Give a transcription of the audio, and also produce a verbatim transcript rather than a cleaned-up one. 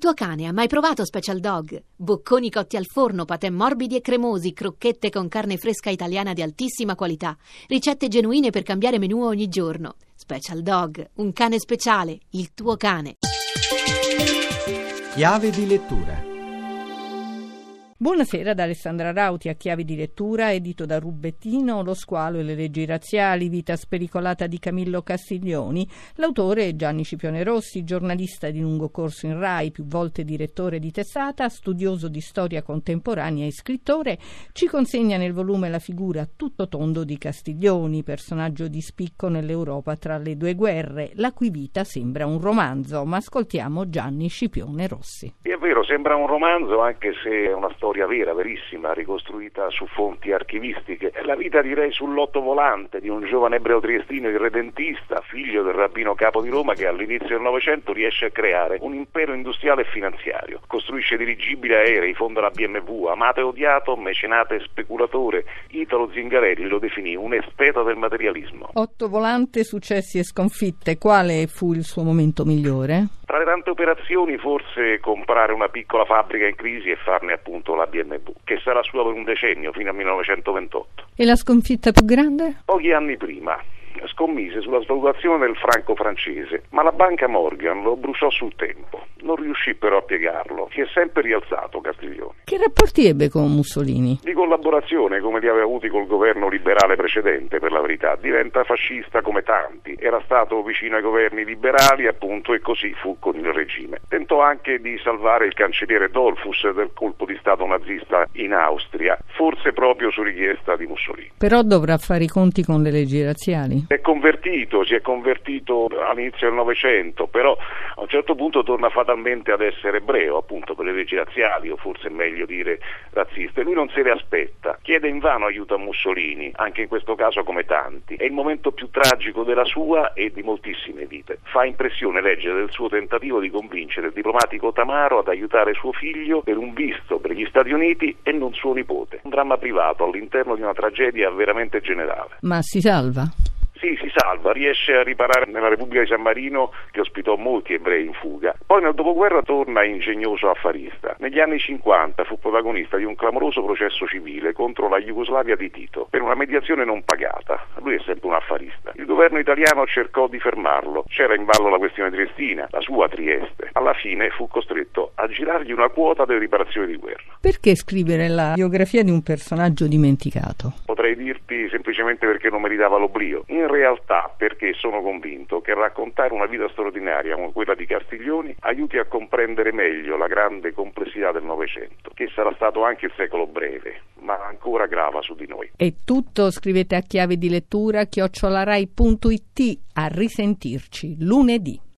tuo cane ha mai provato Special Dog? Bocconi cotti al forno, patè morbidi e cremosi, crocchette con carne fresca italiana di altissima qualità, ricette genuine per cambiare menù ogni giorno. Special Dog, un cane speciale, il tuo cane. Chiave di lettura. Buonasera da Alessandra Rauti. A Chiavi di lettura, edito da Rubettino, Lo squalo e le leggi razziali, vita spericolata di Camillo Castiglioni. L'autore è Gianni Scipione Rossi, giornalista di lungo corso in Rai, più volte direttore di testata, studioso di storia contemporanea e scrittore. Ci consegna nel volume la figura tutto tondo di Castiglioni, personaggio di spicco nell'Europa tra le due guerre, la cui vita sembra un romanzo, ma ascoltiamo Gianni Scipione Rossi. È vero, sembra un romanzo, anche se è una storia vera, verissima, ricostruita su fonti archivistiche. È la vita, direi, sull'otto volante di un giovane ebreo triestino irredentista, figlio del rabbino capo di Roma, che all'inizio del Novecento riesce a creare un impero industriale e finanziario. Costruisce dirigibili aerei, fonda la B M W, amato e odiato, mecenate e speculatore. Italo Zingarelli lo definì un esteta del materialismo. Otto volante, successi e sconfitte. Quale fu il suo momento migliore? Tra le tante operazioni, forse comprare una piccola fabbrica in crisi e farne appunto la B M W, che sarà sua per un decennio, fino al millenovecentoventotto. E la sconfitta più grande? Pochi anni prima scommise sulla svalutazione del franco francese, ma la banca Morgan lo bruciò sul tempo. Non riuscì però a piegarlo. Si è sempre rialzato Castiglioni. Che rapporti ebbe con Mussolini? Di collaborazione, come li aveva avuti col governo liberale precedente, per la verità. Diventa fascista come tanti. Era stato vicino ai governi liberali, appunto, e così fu con il regime. Tentò anche di salvare il cancelliere Dollfuss dal colpo di stato nazista in Austria, forse proprio su richiesta di Mussolini. Però dovrà fare i conti con le leggi razziali. Si è convertito, si è convertito all'inizio del Novecento, però a un certo punto torna fatalmente ad essere ebreo, appunto per le leggi razziali, o forse è meglio dire razziste. Lui non se le aspetta, chiede invano aiuto a Mussolini, anche in questo caso come tanti. È il momento più tragico della sua e di moltissime vite. Fa impressione leggere del suo tentativo di convincere il diplomatico Tamaro ad aiutare suo figlio per un visto per gli Stati Uniti e non suo nipote. Un dramma privato all'interno di una tragedia veramente generale. Ma si salva? Sì, si salva, riesce a riparare nella Repubblica di San Marino, che ospitò molti ebrei in fuga. Poi nel dopoguerra torna ingegnoso affarista. Negli anni cinquanta fu protagonista di un clamoroso processo civile contro la Jugoslavia di Tito, per una mediazione non pagata. Lui è sempre un affarista. Il governo italiano cercò di fermarlo. C'era in ballo la questione triestina, la sua Trieste. Alla fine fu costretto a girargli una quota delle riparazioni di guerra. Perché scrivere la biografia di un personaggio dimenticato? Potrei dirti semplicemente perché non meritava l'oblio. In realtà perché sono convinto che raccontare una vita straordinaria come quella di Castiglioni aiuti a comprendere meglio la grande complessità del Novecento, che sarà stato anche il secolo breve, ma ancora grava su di noi. È tutto, scrivete a chiave di lettura chiocciola rai punto it. A risentirci lunedì.